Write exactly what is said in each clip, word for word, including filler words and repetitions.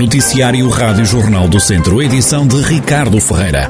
Noticiário Rádio Jornal do Centro, edição de Ricardo Ferreira.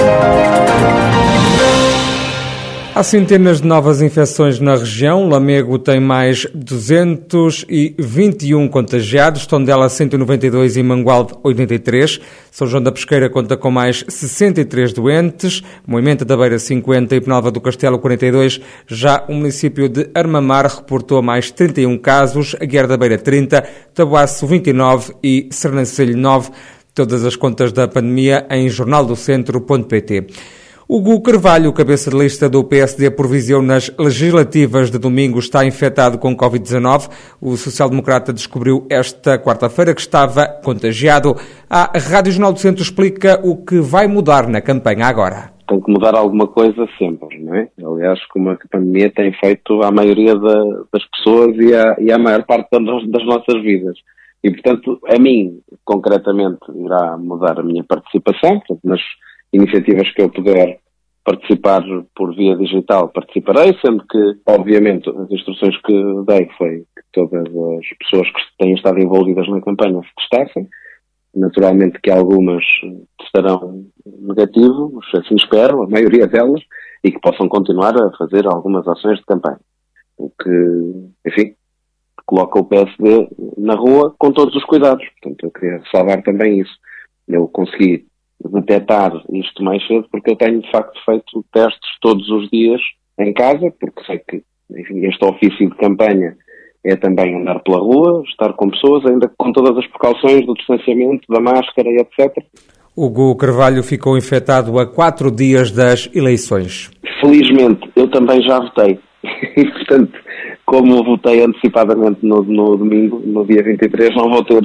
Há centenas de novas infecções na região. Lamego tem mais duzentos e vinte e um contagiados, Tondela cento e noventa e dois e Mangualde oitenta e três. São João da Pesqueira conta com mais sessenta e três doentes, Moimenta da Beira cinquenta e Penalva do Castelo quarenta e dois. Já o município de Armamar reportou mais trinta e um casos, Aguiar da Beira trinta, Tabuaço vinte e nove e Sernancelho nove. Todas as contas da pandemia em jornal do centro ponto pt. Hugo Carvalho, cabeça de lista do P S D por Viseu nas legislativas de domingo, está infectado com covid dezanove. O social-democrata descobriu esta quarta-feira que estava contagiado. A Rádio Jornal do Centro explica o que vai mudar na campanha agora. Tem que mudar alguma coisa sempre, não é? Aliás, como a pandemia tem feito à maioria da, das pessoas e à, e à maior parte das, das nossas vidas. E, portanto, a mim, concretamente, irá mudar a minha participação, portanto, nas iniciativas que eu puder participar por via digital, participarei, sendo que, obviamente, as instruções que dei foi que todas as pessoas que têm estado envolvidas na campanha se testassem. Naturalmente que algumas testarão negativo, assim espero, a maioria delas, e que possam continuar a fazer algumas ações de campanha. O que, enfim, coloca o P S D na rua com todos os cuidados. Portanto, eu queria ressalvar também isso. Eu consegui detectar isto mais cedo porque eu tenho de facto feito testes todos os dias em casa, porque sei que, enfim, este ofício de campanha é também andar pela rua, estar com pessoas, ainda com todas as precauções do distanciamento, da máscara e etcétera. Hugo Carvalho ficou infectado a quatro dias das eleições. Felizmente, eu também já votei. E, portanto, como votei antecipadamente no, no domingo, no dia vinte e três, não vou ter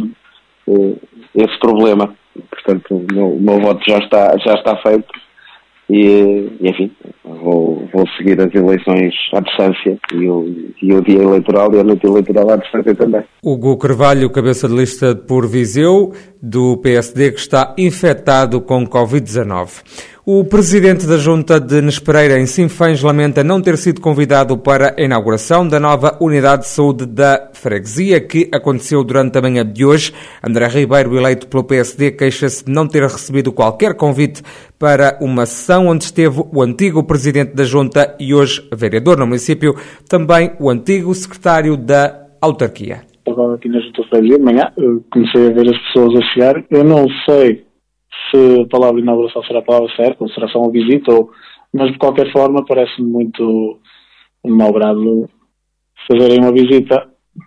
uh, esse problema. Portanto, o meu, o meu voto já está, já está feito e, e enfim, vou, vou seguir as eleições à distância e o, e o dia eleitoral e a noite eleitoral à distância também. Hugo Carvalho, cabeça de lista por Viseu, do P S D, que está infectado com covid dezanove. O presidente da Junta de Nespereira, em Sinfãs, lamenta não ter sido convidado para a inauguração da nova unidade de saúde da freguesia, que aconteceu durante a manhã de hoje. André Ribeiro, eleito pelo P S D, queixa-se de não ter recebido qualquer convite para uma sessão onde esteve o antigo presidente da Junta e hoje vereador no município, também o antigo secretário da autarquia. Agora aqui na Junta de Freguesia, de manhã, eu comecei a ver as pessoas a chegar. Eu não sei se a palavra inauguração será a palavra certa, ou será só uma visita, ou... mas de qualquer forma parece-me muito malgrado fazerem uma visita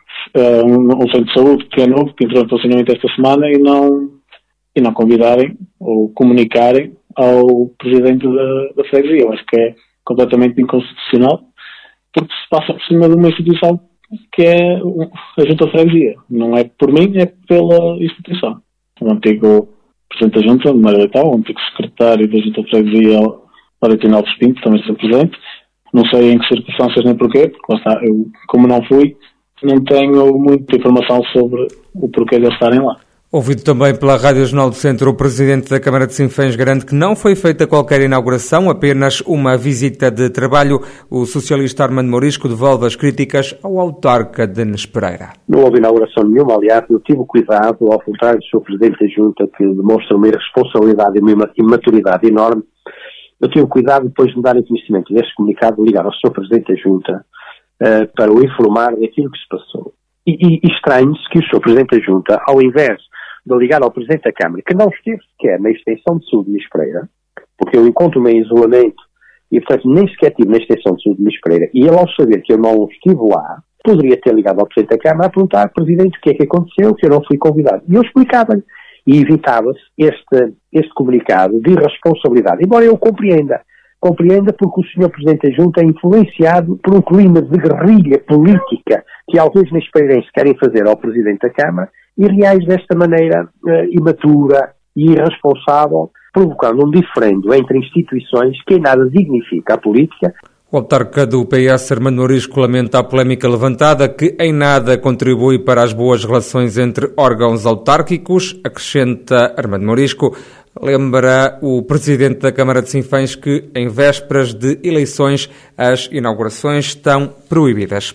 a um, um centro de saúde que é novo, que entrou em funcionamento esta semana e não, e não convidarem ou comunicarem ao presidente da, da freguesia. Eu acho que é completamente inconstitucional, porque se passa por cima de uma instituição que é a Junta de Freguesia. Não é por mim, é pela instituição. O antigo Presidente da Junta, Mário Leitão, o antigo secretário da Junta de Freguesia, Lauretino Alves Pinto, também está presente. Não sei em que circunstâncias nem porquê, porque lá está, eu, como não fui, não tenho muita informação sobre o porquê de eles estarem lá. Ouvido também pela Rádio Jornal do Centro, o presidente da Câmara de Sinfãs garante que não foi feita qualquer inauguração, apenas uma visita de trabalho. O socialista Armando Morisco devolve as críticas ao autarca de Nespereira. Não houve inauguração nenhuma, aliás, eu tive cuidado, ao contrário do senhor Presidente da Junta, que demonstra uma irresponsabilidade e uma imaturidade enorme, eu tive cuidado depois de me darem conhecimento deste comunicado de ligar ao senhor Presidente da Junta uh, para o informar daquilo que se passou. E, e, e estranho-se que o senhor Presidente da Junta, ao invés de ligar ao Presidente da Câmara, que não esteve sequer na extensão de saúde de Nespereira, porque eu encontro-me em isolamento e, portanto, nem sequer estive na extensão de saúde de Nespereira, e ele, ao saber que eu não estive lá, poderia ter ligado ao Presidente da Câmara a perguntar, Presidente, o que é que aconteceu, que eu não fui convidado. E eu explicava-lhe, e evitava-se este, este comunicado de irresponsabilidade, embora eu compreenda. Compreenda porque o senhor Presidente da Junta é influenciado por um clima de guerrilha política que alguns nespeirenses querem fazer ao Presidente da Câmara e reage desta maneira uh, imatura e irresponsável, provocando um diferendo entre instituições que em nada dignifica a política. O autarca do P S, Armando Morisco, lamenta a polémica levantada que em nada contribui para as boas relações entre órgãos autárquicos. Acrescenta Armando Morisco. Lembra o presidente da Câmara de Sinfãs que, em vésperas de eleições, as inaugurações estão proibidas.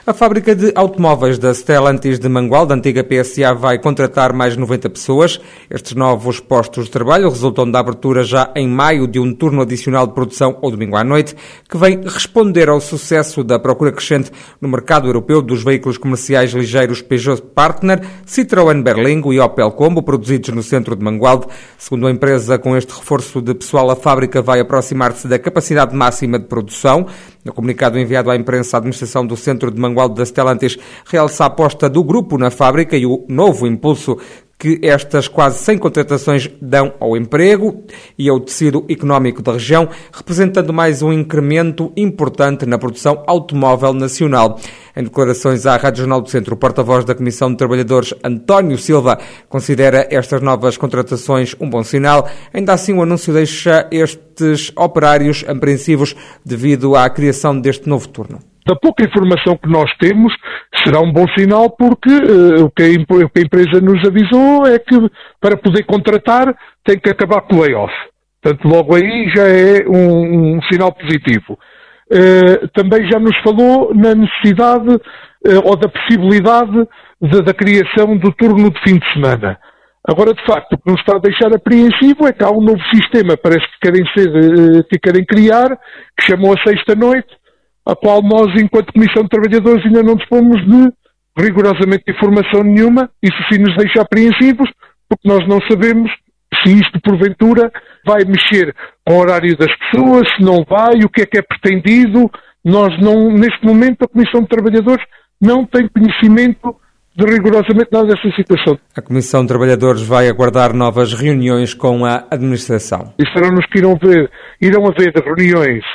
A fábrica de automóveis da Stellantis de Mangualde, antiga P S A, vai contratar mais noventa pessoas. Estes novos postos de trabalho resultam da abertura já em maio de um turno adicional de produção ao domingo à noite, que vem responder ao sucesso da procura crescente no mercado europeu dos veículos comerciais ligeiros Peugeot Partner, Citroën Berlingo e Opel Combo, produzidos no centro de Mangualde. Segundo a empresa, com este reforço de pessoal, a fábrica vai aproximar-se da capacidade máxima de produção. No comunicado enviado à imprensa, a administração do centro de Mangualde da Stellantis realça a aposta do grupo na fábrica e o novo impulso que estas quase cem contratações dão ao emprego e ao tecido económico da região, representando mais um incremento importante na produção automóvel nacional. Em declarações à Rádio Jornal do Centro, o porta-voz da Comissão de Trabalhadores, António Silva, considera estas novas contratações um bom sinal. Ainda assim, o anúncio deixa estes operários apreensivos devido à criação deste novo turno. Da pouca informação que nós temos, será um bom sinal porque uh, o, que a, o que a empresa nos avisou é que para poder contratar tem que acabar com o layoff. Portanto, logo aí já é um, um sinal positivo. Uh, também já nos falou na necessidade uh, ou da possibilidade de, da criação do turno de fim de semana. Agora, de facto, o que nos está a deixar apreensivo é que há um novo sistema, parece que querem, ser, uh, que querem criar, que chamou a sexta-noite, a qual nós, enquanto Comissão de Trabalhadores, ainda não dispomos de rigorosamente informação nenhuma. Isso sim nos deixa apreensivos, porque nós não sabemos se isto, porventura, vai mexer com o horário das pessoas, se não vai, o que é que é pretendido. Nós não, neste momento, a Comissão de Trabalhadores não tem conhecimento de rigorosamente nada dessa situação. A Comissão de Trabalhadores vai aguardar novas reuniões com a administração. Disseram-nos que irão, ver, irão haver reuniões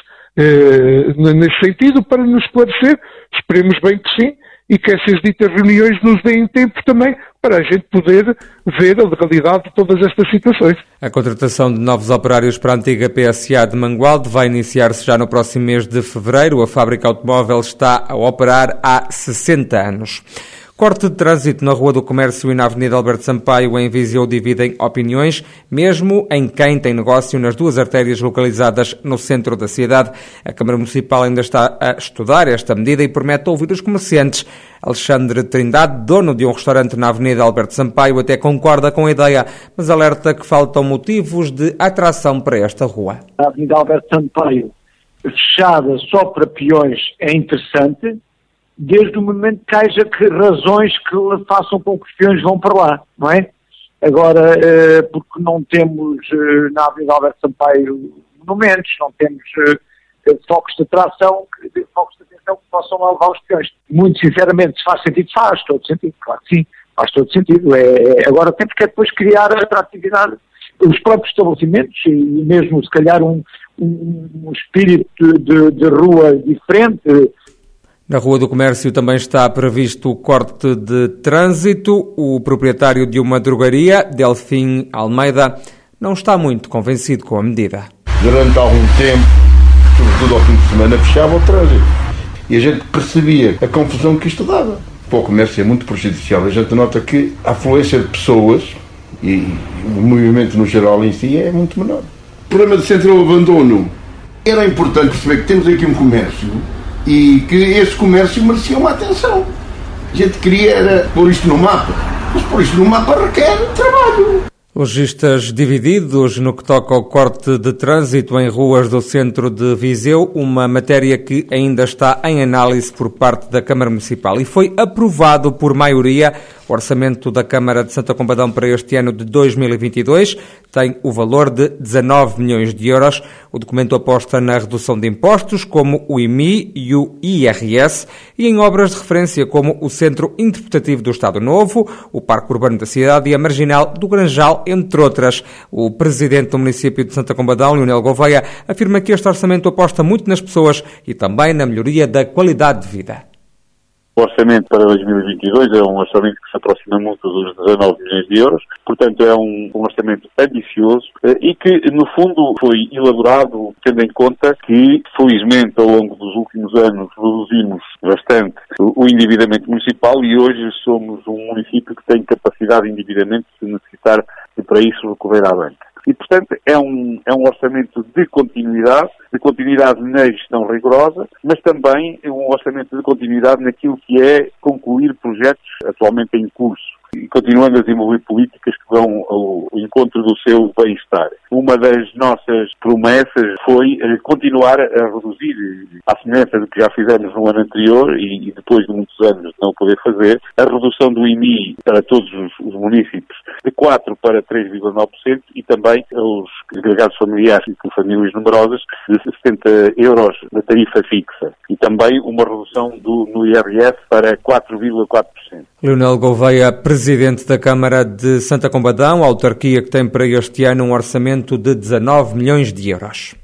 Uh, nesse sentido, para nos esclarecer, esperemos bem que sim, e que essas ditas reuniões nos deem tempo também para a gente poder ver a legalidade de todas estas situações. A contratação de novos operários para a antiga P S A de Mangualde vai iniciar-se já no próximo mês de fevereiro. A fábrica automóvel está a operar há sessenta anos. Corte de trânsito na Rua do Comércio e na Avenida Alberto Sampaio, em Viseu, dividem opiniões, mesmo em quem tem negócio nas duas artérias localizadas no centro da cidade. A Câmara Municipal ainda está a estudar esta medida e promete ouvir os comerciantes. Alexandre Trindade, dono de um restaurante na Avenida Alberto Sampaio, até concorda com a ideia, mas alerta que faltam motivos de atração para esta rua. A Avenida Alberto Sampaio, fechada só para peões, é interessante, desde o momento que haja que razões que façam com que os peões vão para lá, não é? Agora, eh, porque não temos eh, na Avenida Alberto Sampaio monumentos, não temos eh, focos de atração, que, focos de atenção que possam lá levar os peões. Muito sinceramente, se faz sentido, faz todo sentido, claro que sim, faz todo sentido. É, é, agora temos que é depois criar a atratividade, os próprios estabelecimentos e mesmo, se calhar, um, um, um espírito de, de rua diferente. Na Rua do Comércio também está previsto o corte de trânsito. O proprietário de uma drogaria, Delfim Almeida, não está muito convencido com a medida. Durante algum tempo, sobretudo ao fim de semana, fechava o trânsito. E a gente percebia a confusão que isto dava. Para o comércio é muito prejudicial. A gente nota que a afluência de pessoas e o movimento no geral em si é muito menor. O problema do centro é o abandono. Era importante perceber que temos aqui um comércio e que esse comércio merecia uma atenção. A gente queria era pôr isto no mapa, mas pôr isto no mapa requer trabalho. Lojistas divididos no que toca ao corte de trânsito em ruas do centro de Viseu, uma matéria que ainda está em análise por parte da Câmara Municipal e foi aprovado por maioria. O orçamento da Câmara de Santa Combadão para este ano de dois mil e vinte e dois tem o valor de dezanove milhões de euros. O documento aposta na redução de impostos, como o I M I e o I R S, e em obras de referência como o Centro Interpretativo do Estado Novo, o Parque Urbano da Cidade e a Marginal do Granjal, entre outras. O presidente do município de Santa Combadão, Leonel Gouveia, afirma que este orçamento aposta muito nas pessoas e também na melhoria da qualidade de vida. O orçamento para dois mil e vinte e dois é um orçamento que se aproxima muito dos dezanove milhões de euros, portanto é um, um orçamento ambicioso eh, e que, no fundo, foi elaborado tendo em conta que, felizmente, ao longo dos últimos anos reduzimos bastante o, o endividamento municipal e hoje somos um município que tem capacidade de endividamento se necessitar de, para isso, recorrer à banca. E, portanto, é um, é um orçamento de continuidade, de continuidade na gestão rigorosa, mas também é um orçamento de continuidade naquilo que é concluir projetos atualmente em curso e continuando a desenvolver políticas que vão ao encontro do seu bem-estar. Uma das nossas promessas foi continuar a reduzir, à semelhança do que já fizemos no ano anterior e depois de muitos anos de não poder fazer, a redução do I M I para todos os, os municípios de quatro por cento para três vírgula nove por cento e também aos agregados familiares e com famílias numerosas de sessenta euros da tarifa fixa e também uma redução do, no I R S para quatro vírgula quatro por cento. Leonel Gouveia, Presidente da Câmara de Santa Combadão, a autarquia que tem para este ano um orçamento de dezanove milhões de euros.